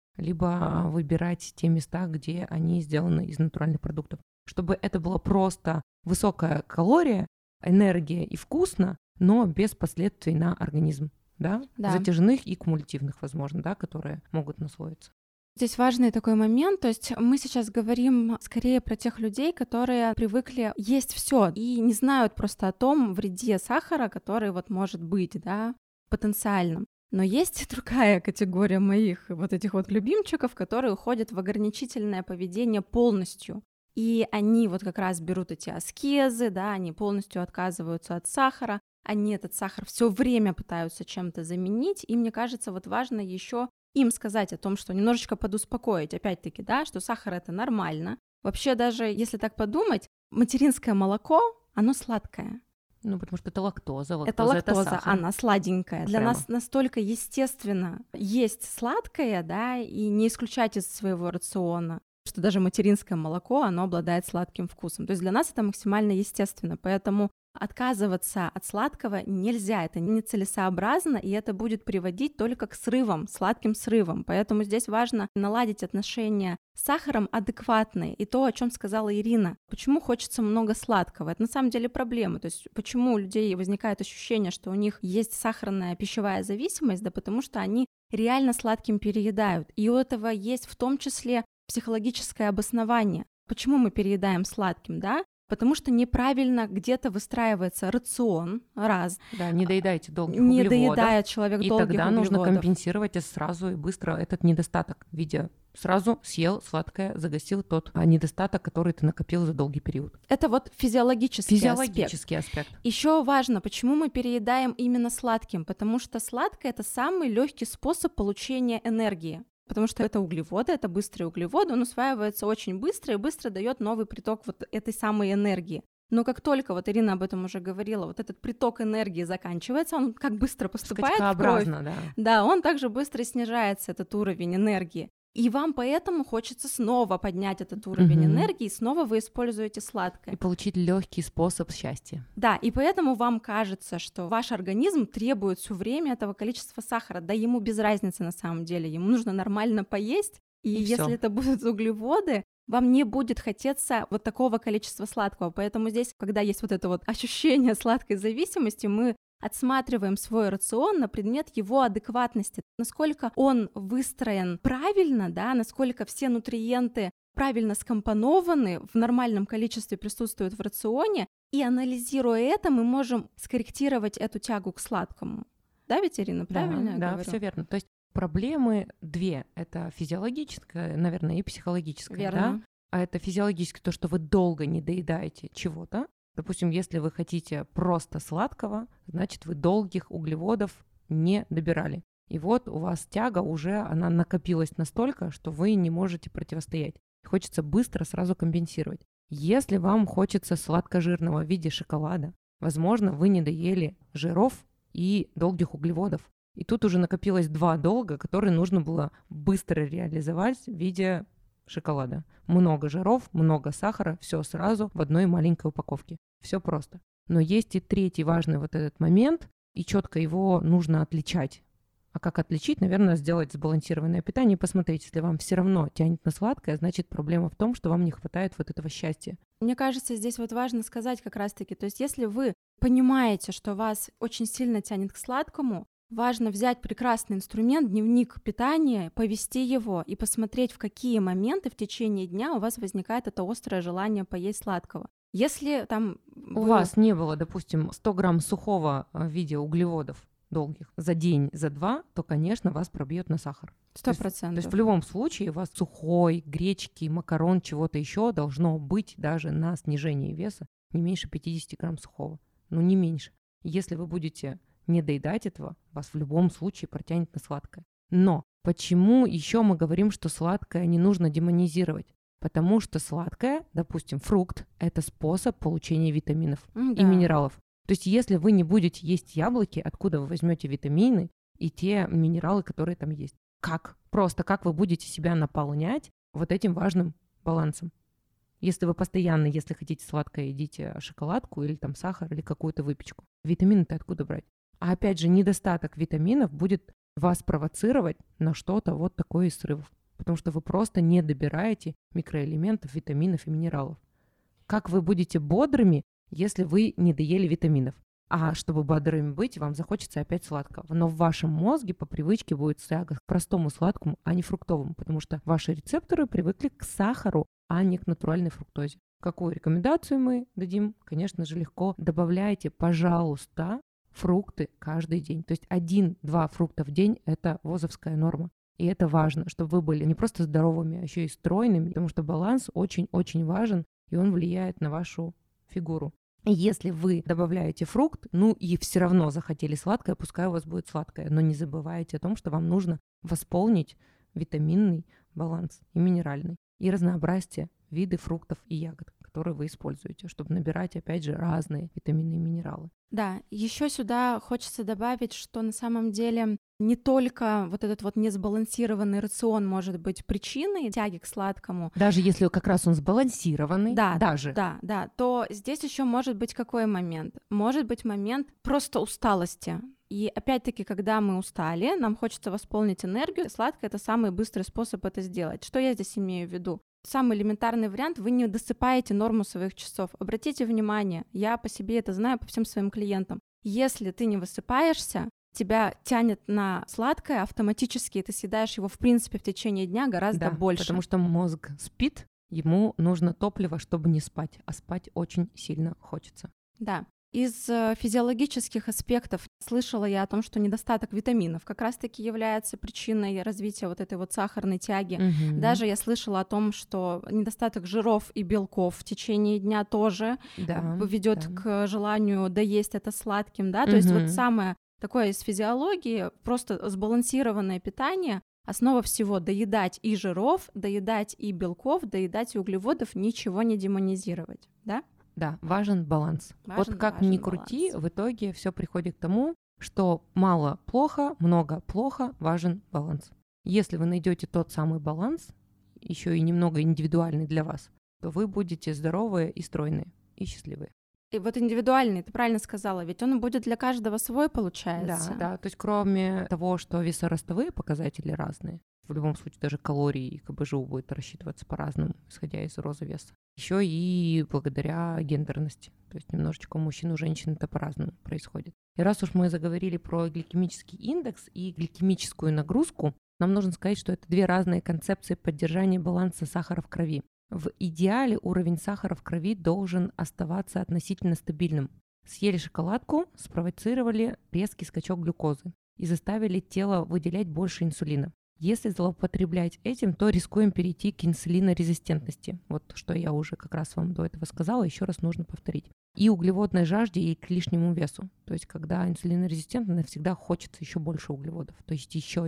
либо выбирать те места, где они сделаны из натуральных продуктов. Чтобы это было просто высокая калория, энергия и вкусно, но без последствий на организм, да? Затяжных и кумулятивных, возможно, да, которые могут наслоиться. Здесь важный такой момент, то есть мы сейчас говорим скорее про тех людей, которые привыкли есть все и не знают просто о том вреде сахара, который вот может быть, да, потенциальным. Но есть другая категория моих вот этих вот любимчиков, которые уходят в ограничительное поведение полностью. И они вот как раз берут эти аскезы, да, они полностью отказываются от сахара, они этот сахар все время пытаются чем-то заменить, и мне кажется, вот важно еще им сказать о том, что немножечко подуспокоить, опять-таки, да, что сахар — это нормально. Вообще даже, если так подумать, материнское молоко, оно сладкое. Ну, потому что это лактоза. Это лактоза, она сладенькая. Для нас настолько естественно есть сладкое, да, и не исключать из своего рациона, что даже материнское молоко, оно обладает сладким вкусом. То есть для нас это максимально естественно, поэтому отказываться от сладкого нельзя, это нецелесообразно, и это будет приводить только к срывам, сладким срывам. Поэтому здесь важно наладить отношения с сахаром адекватные. И то, о чем сказала Ирина, почему хочется много сладкого, это на самом деле проблема. То есть почему у людей возникает ощущение, что у них есть сахарная пищевая зависимость, да потому что они реально сладким переедают. И у этого есть в том числе психологическое обоснование. Почему мы переедаем сладким, да? Потому что неправильно где-то выстраивается рацион, раз. Да, не доедайте долгих не углеводов. Доедает человек и долгих тогда углеводов. Нужно компенсировать сразу и быстро этот недостаток в виде сразу съел сладкое, загасил тот недостаток, который ты накопил за долгий период. Это вот физиологический аспект. Еще важно, почему мы переедаем именно сладким, потому что сладкое — это самый легкий способ получения энергии. Потому что это углеводы, это быстрые углеводы, он усваивается очень быстро и быстро дает новый приток вот этой самой энергии. Но как только, вот Ирина об этом уже говорила, вот этот приток энергии заканчивается, он как быстро поступает в кровь, да, он также быстро снижается, этот уровень энергии. И вам поэтому хочется снова поднять этот уровень энергии, и снова вы используете сладкое. И получить легкий способ счастья. Да, и поэтому вам кажется, что ваш организм требует все время этого количества сахара. Да ему без разницы на самом деле, ему нужно нормально поесть, и если всё. Это будут углеводы, вам не будет хотеться вот такого количества сладкого. Поэтому здесь, когда есть вот это вот ощущение сладкой зависимости, мы отсматриваем свой рацион на предмет его адекватности, насколько он выстроен правильно, да, насколько все нутриенты правильно скомпонованы, в нормальном количестве присутствуют в рационе, и анализируя это, мы можем скорректировать эту тягу к сладкому. Да, ведь, Ирина, правильно я говорю? Да, все верно. То есть проблемы две. Это физиологическая, наверное, и психологическая. Верно. Да? А это физиологически то, что вы долго не доедаете чего-то. Допустим, если вы хотите просто сладкого, значит, вы долгих углеводов не добирали. И вот у вас тяга уже, она накопилась настолько, что вы не можете противостоять. Хочется быстро сразу компенсировать. Если вам хочется сладкожирного в виде шоколада, возможно, вы не доели жиров и долгих углеводов. И тут уже накопилось два долга, которые нужно было быстро реализовать в виде шоколада. Много жиров, много сахара, все сразу в одной маленькой упаковке. Все просто. Но есть и третий важный вот этот момент, и четко его нужно отличать. А как отличить? Наверное, сделать сбалансированное питание и посмотреть, если вам все равно тянет на сладкое, значит, проблема в том, что вам не хватает вот этого счастья. Мне кажется, здесь вот важно сказать как раз-таки, то есть если вы понимаете, что вас очень сильно тянет к сладкому, важно взять прекрасный инструмент, дневник питания, повести его и посмотреть, в какие моменты в течение дня у вас возникает это острое желание поесть сладкого. Если там... У вас не было, допустим, 100 грамм сухого в виде углеводов долгих за день, за два, то, конечно, вас пробьет на сахар. 100%. То есть в любом случае у вас сухой, гречки, макарон, чего-то еще должно быть даже на снижение веса не меньше 50 грамм сухого. Ну, не меньше. Если вы будете не доедать этого, вас в любом случае протянет на сладкое. Но почему еще мы говорим, что сладкое не нужно демонизировать? Потому что сладкое, допустим, фрукт, это способ получения витаминов и минералов. То есть если вы не будете есть яблоки, откуда вы возьмете витамины и те минералы, которые там есть? Как? Просто как вы будете себя наполнять вот этим важным балансом? Если вы постоянно, если хотите сладкое, едите шоколадку или там сахар или какую-то выпечку. Витамины-то откуда брать? А опять же, недостаток витаминов будет вас провоцировать на что-то вот такое из срывов. Потому что вы просто не добираете микроэлементов, витаминов и минералов. Как вы будете бодрыми, если вы не доели витаминов? А чтобы бодрыми быть, вам захочется опять сладкого. Но в вашем мозге по привычке будет тяга к простому сладкому, а не фруктовому, потому что ваши рецепторы привыкли к сахару, а не к натуральной фруктозе. Какую рекомендацию мы дадим? Конечно же, легко. Добавляйте, пожалуйста, фрукты каждый день. То есть 1-2 фрукта в день – это ВОЗовская норма. И это важно, чтобы вы были не просто здоровыми, а еще и стройными, потому что баланс очень-очень важен, и он влияет на вашу фигуру. Если вы добавляете фрукт, ну и все равно захотели сладкое, пускай у вас будет сладкое, но не забывайте о том, что вам нужно восполнить витаминный баланс и минеральный, и разнообразие виды фруктов и ягод, которые вы используете, чтобы набирать, опять же, разные витамины и минералы. Да, еще сюда хочется добавить, что на самом деле не только вот этот вот несбалансированный рацион может быть причиной тяги к сладкому. Даже если как раз он сбалансированный, да, даже. Да, то здесь еще может быть какой момент? Может быть момент просто усталости. И опять-таки, когда мы устали, нам хочется восполнить энергию. Сладкое — это самый быстрый способ это сделать. Что я здесь имею в виду? Самый элементарный вариант — вы не досыпаете норму своих часов. Обратите внимание, я по себе это знаю, по всем своим клиентам. Если ты не высыпаешься, тебя тянет на сладкое автоматически, и ты съедаешь его, в принципе, в течение дня гораздо больше. Потому что мозг спит, ему нужно топливо, чтобы не спать, а спать очень сильно хочется. Да. Из физиологических аспектов слышала я о том, что недостаток витаминов как раз-таки является причиной развития вот этой вот сахарной тяги. Даже я слышала о том, что недостаток жиров и белков в течение дня тоже ведет к желанию доесть это сладким, да. То есть вот самое такое из физиологии, просто сбалансированное питание. Основа всего — доедать и жиров, доедать и белков, доедать и углеводов, ничего не демонизировать, да? Да, важен баланс. Вот как ни крути, в итоге все приходит к тому, что мало плохо, много плохо, важен баланс. Если вы найдете тот самый баланс, еще и немного индивидуальный для вас, то вы будете здоровые и стройные, и счастливые. И вот индивидуальный, ты правильно сказала, ведь он будет для каждого свой, получается. Да, то есть кроме того, что весоростовые показатели разные, в любом случае даже калории и КБЖУ будет рассчитываться по-разному, исходя из розы веса. Еще и благодаря гендерности. То есть немножечко у мужчин и у женщин это по-разному происходит. И раз уж мы заговорили про гликемический индекс и гликемическую нагрузку, нам нужно сказать, что это две разные концепции поддержания баланса сахара в крови. В идеале уровень сахара в крови должен оставаться относительно стабильным. Съели шоколадку, спровоцировали резкий скачок глюкозы и заставили тело выделять больше инсулина. Если злоупотреблять этим, то рискуем перейти к инсулинорезистентности. Вот что я уже как раз вам до этого сказала, еще раз нужно повторить. И углеводной жажде, и к лишнему весу. То есть, когда инсулинорезистентно, всегда хочется еще больше углеводов. То есть еще.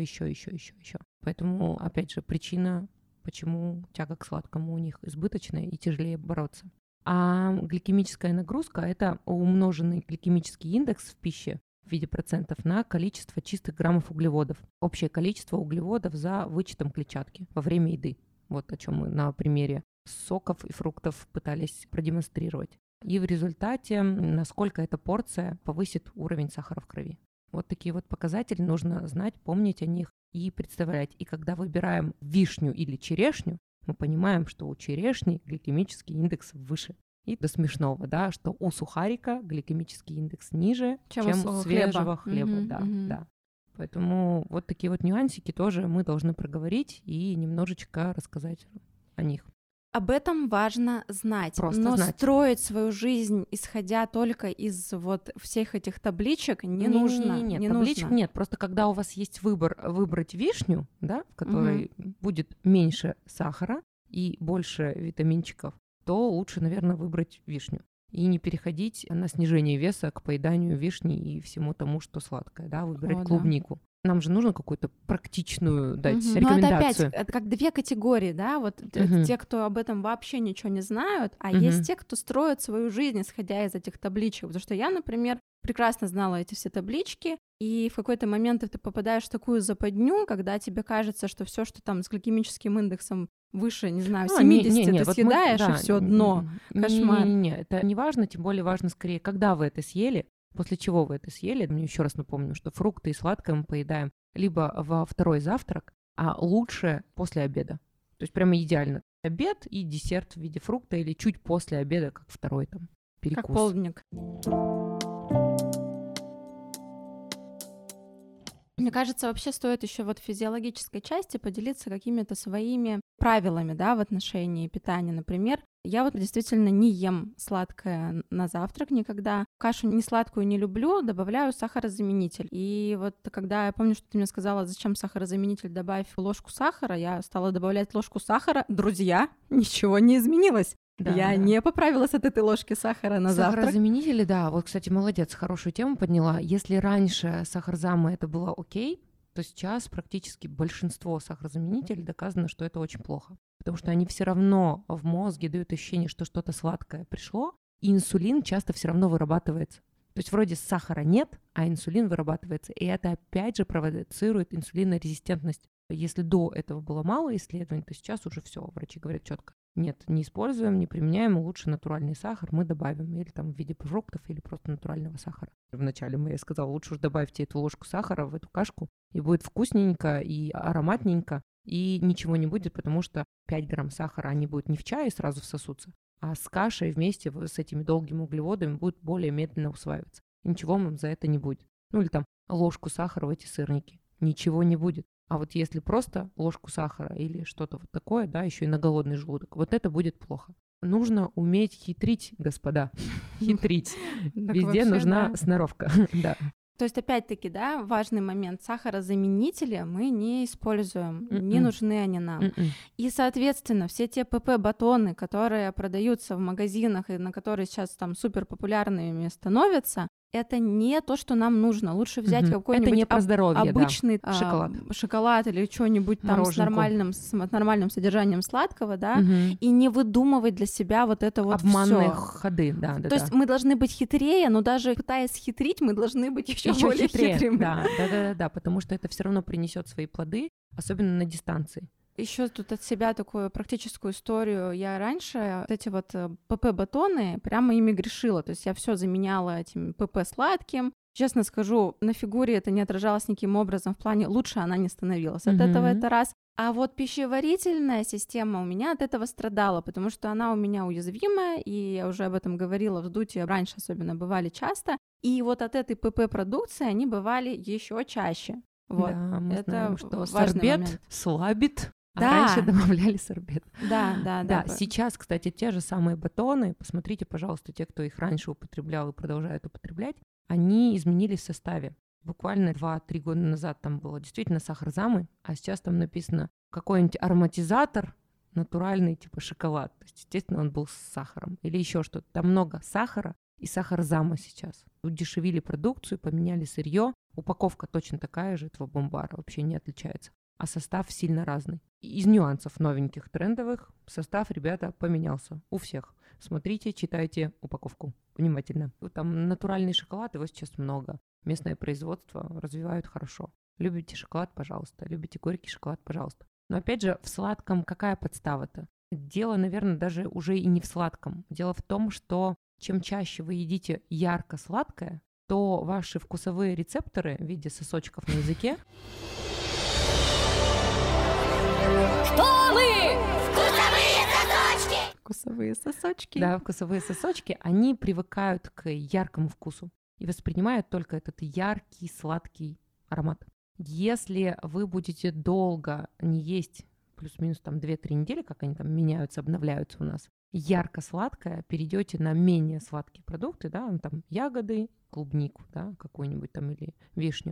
Поэтому, опять же, причина, почему тяга к сладкому у них избыточная и тяжелее бороться. А гликемическая нагрузка – это умноженный гликемический индекс в пище в виде процентов на количество чистых граммов углеводов. Общее количество углеводов за вычетом клетчатки во время еды. Вот о чем мы на примере соков и фруктов пытались продемонстрировать. И в результате, насколько эта порция повысит уровень сахара в крови. Вот такие вот показатели нужно знать, помнить о них и представлять. И когда выбираем вишню или черешню, мы понимаем, что у черешни гликемический индекс выше. И до смешного, да, что у сухарика гликемический индекс ниже, чем у свежего хлеба. Да. Поэтому вот такие вот нюансики тоже мы должны проговорить и немножечко рассказать о них. Об этом важно знать, Просто но знать. Строить свою жизнь, исходя только из вот всех этих табличек, не нужно. Нет, табличек нет. Просто когда у вас есть выбор выбрать вишню, да, в которой будет меньше сахара и больше витаминчиков, то лучше, наверное, выбрать вишню. И не переходить на снижение веса к поеданию вишни и всему тому, что сладкое, да, выбирать клубнику. Нам же нужно какую-то практичную дать рекомендацию. Но это опять это как две категории, да, вот те, кто об этом вообще ничего не знают, а есть те, кто строит свою жизнь, исходя из этих табличек. Потому что я, например, прекрасно знала эти все таблички, и в какой-то момент ты попадаешь в такую западню, когда тебе кажется, что все, что там с гликемическим индексом выше, не знаю, 70, ты вот съедаешь, и все дно. Кошмар. Не, это не важно, тем более важно скорее, когда вы это съели, после чего вы это съели. Мне еще раз напомню, что фрукты и сладкое мы поедаем либо во второй завтрак, а лучше после обеда. То есть прямо идеально. Обед и десерт в виде фрукта или чуть после обеда, как второй там перекус. Как полдник. Мне кажется, вообще стоит еще вот в физиологической части поделиться какими-то своими правилами, да, в отношении питания. Например, я вот действительно не ем сладкое на завтрак никогда. Кашу не сладкую не люблю, добавляю сахарозаменитель. И вот когда я помню, что ты мне сказала, зачем сахарозаменитель, добавь ложку сахара, я стала добавлять ложку сахара. Друзья, ничего не изменилось. Я не поправилась от этой ложки сахара на завтрак. Сахарозаменители, да. Вот, кстати, молодец, хорошую тему подняла. Если раньше сахарозамы это было окей, то сейчас практически большинство сахарозаменителей доказано, что это очень плохо. Потому что они все равно в мозге дают ощущение, что что-то сладкое пришло, и инсулин часто все равно вырабатывается. То есть вроде сахара нет, а инсулин вырабатывается. И это опять же провоцирует инсулинорезистентность. Если до этого было мало исследований, то сейчас уже все, врачи говорят четко. Нет, не используем, не применяем, лучше натуральный сахар мы добавим, или там в виде фруктов, или просто натурального сахара. Вначале я сказала, лучше уж добавьте эту ложку сахара в эту кашку, и будет вкусненько, и ароматненько, и ничего не будет, потому что 5 грамм сахара, они будут не в чае сразу всосутся, а с кашей вместе с этими долгими углеводами будут более медленно усваиваться. И ничего вам за это не будет. Ну или там ложку сахара в эти сырники. Ничего не будет. А вот если просто ложку сахара или что-то вот такое, да, еще и на голодный желудок, вот это будет плохо. Нужно уметь хитрить, господа. Хитрить. Везде нужна сноровка. Да. То есть, опять-таки, да, важный момент. Сахарозаменители мы не используем, не нужны они нам. И, соответственно, все те ПП-батоны, которые продаются в магазинах и на которые сейчас там супер популярными становятся, это не то, что нам нужно. Лучше взять какой-нибудь обычный шоколад или что-нибудь там с нормальным содержанием сладкого, да, и не выдумывать для себя вот это вот обманные ходы, да. То есть мы должны быть хитрее, но даже пытаясь хитрить, мы должны быть еще более хитрыми. Да, потому что это все равно принесет свои плоды, особенно на дистанции. Еще тут от себя такую практическую историю. Я раньше вот эти вот ПП-батоны прямо ими грешила. То есть я все заменяла этим ПП сладким. Честно скажу, на фигуре это не отражалось никаким образом. В плане лучше она не становилась от этого, это раз. А вот пищеварительная система у меня от этого страдала, потому что она у меня уязвимая, и я уже об этом говорила, вздутия раньше особенно бывали часто. И вот от этой ПП-продукции они бывали еще чаще. Вот. Да, мы это знаем, что важный сорбет момент. слабит. А раньше добавляли сорбет. Да. Сейчас, кстати, те же самые батоны, посмотрите, пожалуйста, те, кто их раньше употреблял и продолжает употреблять, они изменились в составе. Буквально 2-3 года назад там было действительно сахарозамы, а сейчас там написано какой-нибудь ароматизатор натуральный, типа шоколад. То есть, естественно, он был с сахаром или еще что-то. Там много сахара и сахарозама сейчас. Удешевили продукцию, поменяли сырье. Упаковка точно такая же, этого бомбара вообще не отличается. А состав сильно разный. Из нюансов новеньких, трендовых, состав, ребята, поменялся у всех. Смотрите, читайте упаковку внимательно. Там натуральный шоколад, его сейчас много. Местное производство развивают хорошо. Любите шоколад, пожалуйста. Любите горький шоколад, пожалуйста. Но опять же, в сладком какая подстава-то? Дело, наверное, даже уже и не в сладком. Дело в том, что чем чаще вы едите ярко сладкое, то ваши вкусовые рецепторы в виде сосочков на языке. Кто мы? Вкусовые сосочки! Вкусовые сосочки. Да, вкусовые сосочки, они привыкают к яркому вкусу и воспринимают только этот яркий, сладкий аромат. Если вы будете долго не есть, плюс-минус там 2-3 недели, как они там меняются, обновляются у нас, ярко-сладкое, перейдете на менее сладкие продукты, да, там ягоды, клубнику, да, какую-нибудь там или вишню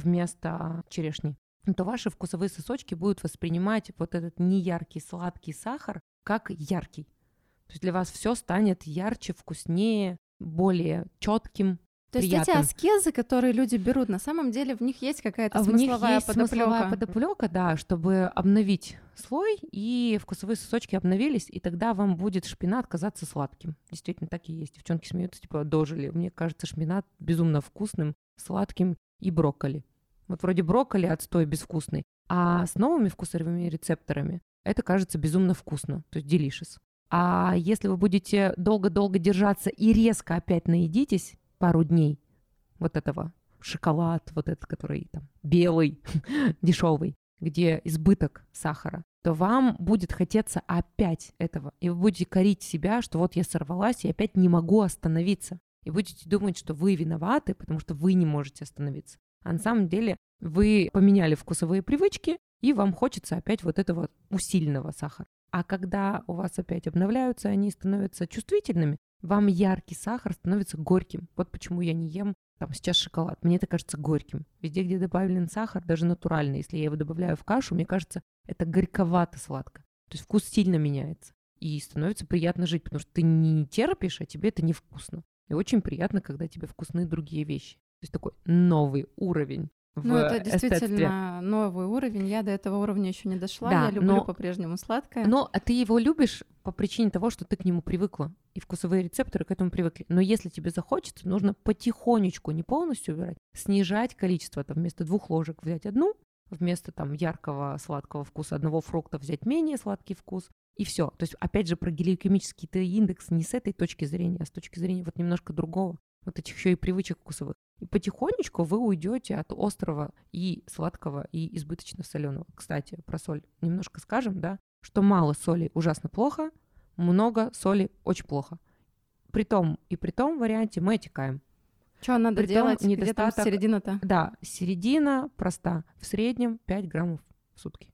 вместо черешни, то ваши вкусовые сосочки будут воспринимать вот этот неяркий сладкий сахар как яркий. То есть для вас все станет ярче, вкуснее, более четким. То есть приятным. эти аскезы, которые люди берут, на самом деле в них есть какая-то В них смысловая есть смысловая подоплёка. подоплёка, да, чтобы обновить слой, и вкусовые сосочки обновились, и тогда вам будет шпинат казаться сладким. Действительно, так и есть. Девчонки смеются, типа, дожили. Мне кажется шпинат безумно вкусным, сладким, и брокколи. Вот вроде брокколи отстой безвкусный, а с новыми вкусовыми рецепторами это кажется безумно вкусно, то есть delicious. А если вы будете долго-долго держаться и резко опять наедитесь, пару дней вот этого шоколад, вот этот, который там белый, дешевый, где избыток сахара, то вам будет хотеться опять этого. И вы будете корить себя, что вот я сорвалась и опять не могу остановиться. И будете думать, что вы виноваты, потому что вы не можете остановиться. А на самом деле вы поменяли вкусовые привычки, и вам хочется опять вот этого усиленного сахара. А когда у вас опять обновляются, они становятся чувствительными, вам яркий сахар становится горьким. Вот почему я не ем там сейчас шоколад. Мне это кажется горьким. Везде, где добавлен сахар, даже натуральный, если я его добавляю в кашу, мне кажется, это горьковато-сладко. То есть вкус сильно меняется. И становится приятно жить, потому что ты не терпишь, а тебе это невкусно. И очень приятно, когда тебе вкусны другие вещи. То есть такой новый уровень. Ну, это эстетстве. действительно новый уровень. Я до этого уровня еще не дошла. Да, Я люблю но- по-прежнему сладкое. Но ты его любишь по причине того, что ты к нему привыкла, и вкусовые рецепторы к этому привыкли. Но если тебе захочется, нужно потихонечку, не полностью убирать, снижать количество, там, вместо 2 ложек взять одну, вместо там яркого сладкого вкуса одного фрукта взять менее сладкий вкус, и все. То есть, опять же, про гликемический индекс не с этой точки зрения, а с точки зрения вот немножко другого, вот этих еще и привычек вкусовых. И потихонечку вы уйдете от острого и сладкого и избыточно соленого. Кстати, про соль немножко скажем, да, что мало соли ужасно плохо, много соли очень плохо. При том варианте мы отекаем. Что надо Притом делать? Где там недостаток- середина-то? Да, середина проста. В среднем 5 граммов в сутки.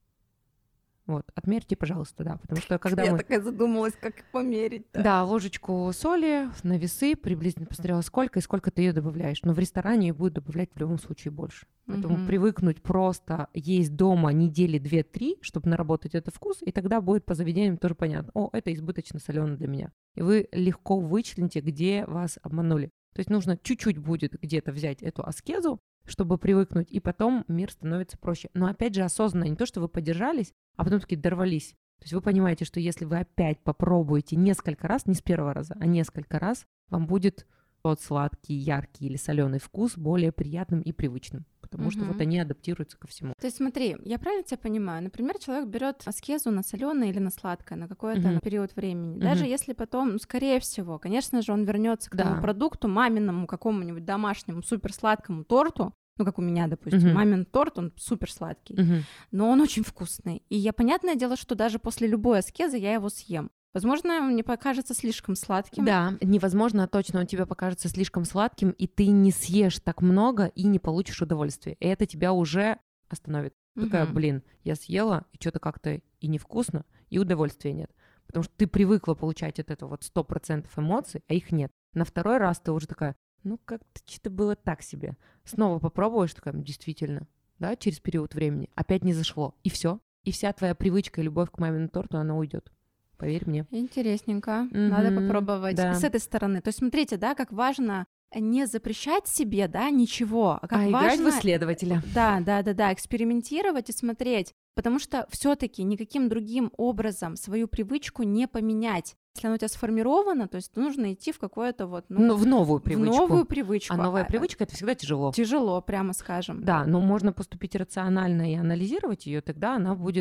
Вот, отмерьте, пожалуйста, да, потому что когда мы... такая задумалась, как их померить-то. Да, ложечку соли на весы, приблизительно посмотрела, сколько и сколько ты ее добавляешь. Но в ресторане ее будут добавлять в любом случае больше. Поэтому Мгм. привыкнуть просто есть дома недели 2-3, чтобы наработать этот вкус, и тогда будет по заведениям тоже понятно. О, это избыточно солено для меня. И вы легко вычлените, где вас обманули. То есть нужно чуть-чуть будет где-то взять эту аскезу, чтобы привыкнуть, и потом мир становится проще. Но опять же осознанно, не то, что вы подержались, а потом такие дорвались. То есть вы понимаете, что если вы опять попробуете несколько раз, не с первого раза, а несколько раз, вам будет тот сладкий, яркий или соленый вкус более приятным и привычным. Потому что Мгм. вот они адаптируются ко всему. То есть смотри, я правильно тебя понимаю? Например, человек берет аскезу на соленое или на сладкое на какой-то Мгм. период времени. Даже Мгм. если потом, ну, скорее всего, конечно же, он вернется к тому Да. продукту, маминому какому-нибудь домашнему суперсладкому торту, ну, как у меня, допустим, Мгм. мамин торт, он супер сладкий, Мгм. но он очень вкусный. И понятное дело, что даже после любой аскезы я его съем. Возможно, мне покажется слишком сладким. Да, невозможно, точно он тебе покажется слишком сладким, и ты не съешь так много и не получишь удовольствия. И это тебя уже остановит. Такая, Мгм. блин, я съела, и что-то как-то и невкусно, и удовольствия нет. Потому что ты привыкла получать от этого вот 100% эмоций, а их нет. На второй раз ты уже такая, ну как-то что-то было так себе. Снова попробуешь, такая, действительно, да, через период времени. Опять не зашло. И все. И вся твоя привычка и любовь к маминому торту, она уйдет. Поверь мне. Интересненько. Надо Мгм, попробовать да. с этой стороны. То есть смотрите, да, как важно не запрещать себе, да, ничего, а как А играть важно... в исследователя. Да, экспериментировать и смотреть, потому что все-таки никаким другим образом свою привычку не поменять. Если она у тебя сформирована, то есть нужно идти в какое-то вот, Ну, в новую в привычку. новую привычку. А новая привычка это всегда тяжело. Тяжело, прямо скажем. Да, но можно поступить рационально и анализировать ее, тогда она будет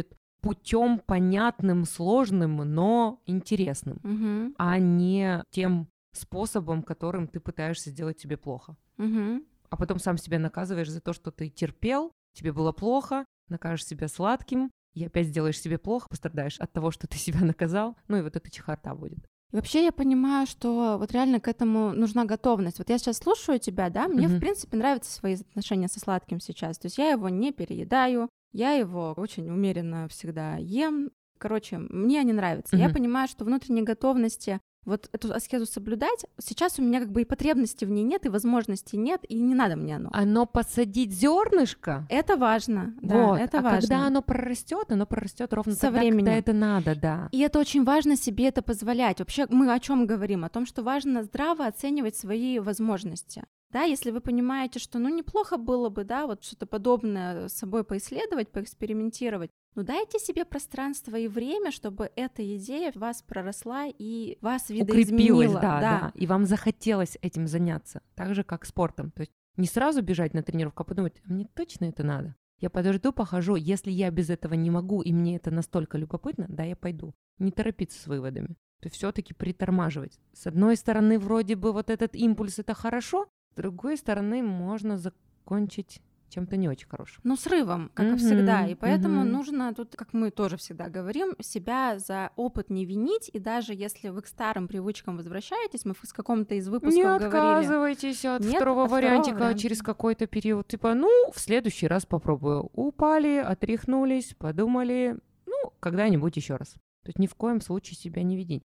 путем понятным, сложным, но интересным, а не тем способом, которым ты пытаешься сделать себе плохо. А потом сам себя наказываешь за то, что ты терпел, тебе было плохо, накажешь себя сладким, и опять сделаешь себе плохо, пострадаешь от того, что ты себя наказал, ну и вот эта чехарда будет. И вообще я понимаю, что вот реально к этому нужна готовность. Вот я сейчас слушаю тебя, да, мне, в принципе, нравятся свои отношения со сладким сейчас. То есть я его не переедаю, я его очень умеренно всегда ем. Короче, мне они нравятся. Я понимаю, что внутренней готовности вот эту аскезу соблюдать, сейчас у меня как бы и потребности в ней нет, и возможностей нет, и не надо мне оно. Но посадить зернышко. Это важно, да, вот. это важно. Когда оно прорастет ровно со тогда, временем. когда это надо, да. И это очень важно себе это позволять. Вообще мы о чем говорим? О том, что важно здраво оценивать свои возможности. Да, если вы понимаете, что неплохо было бы, да, вот что-то подобное с собой поисследовать, поэкспериментировать, дайте себе пространство и время, чтобы эта идея в вас проросла и вас видоизменила. Укрепилась, да. И вам захотелось этим заняться, так же, как спортом. То есть не сразу бежать на тренировку, а подумать, мне точно это надо. Я подожду, похожу, если я без этого не могу, и мне это настолько любопытно, да, я пойду. Не торопиться с выводами. То есть все-таки притормаживать. С одной стороны, вроде бы вот этот импульс — это хорошо, с другой стороны, можно закончить чем-то не очень хорошим. Срывом, как и всегда. И поэтому нужно тут, как мы тоже всегда говорим, себя за опыт не винить. И даже если вы к старым привычкам возвращаетесь, мы в каком-то из выпусков говорили... Не отказывайтесь от второго вариантика через какой-то период. Типа, в следующий раз попробую. Упали, отряхнулись, подумали, когда-нибудь еще раз. То есть ни в коем случае себя не винить.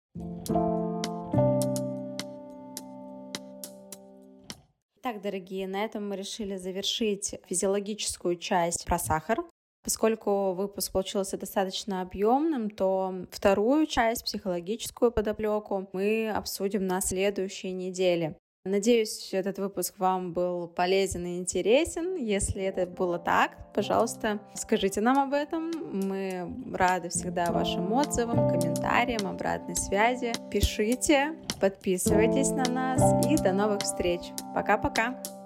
Так, дорогие, на этом мы решили завершить физиологическую часть про сахар. Поскольку выпуск получился достаточно объемным, то вторую часть, психологическую подоплеку, мы обсудим на следующей неделе. Надеюсь, этот выпуск вам был полезен и интересен. Если это было так, пожалуйста, скажите нам об этом. Мы рады всегда вашим отзывам, комментариям, обратной связи. Пишите, подписывайтесь на нас и до новых встреч. Пока-пока!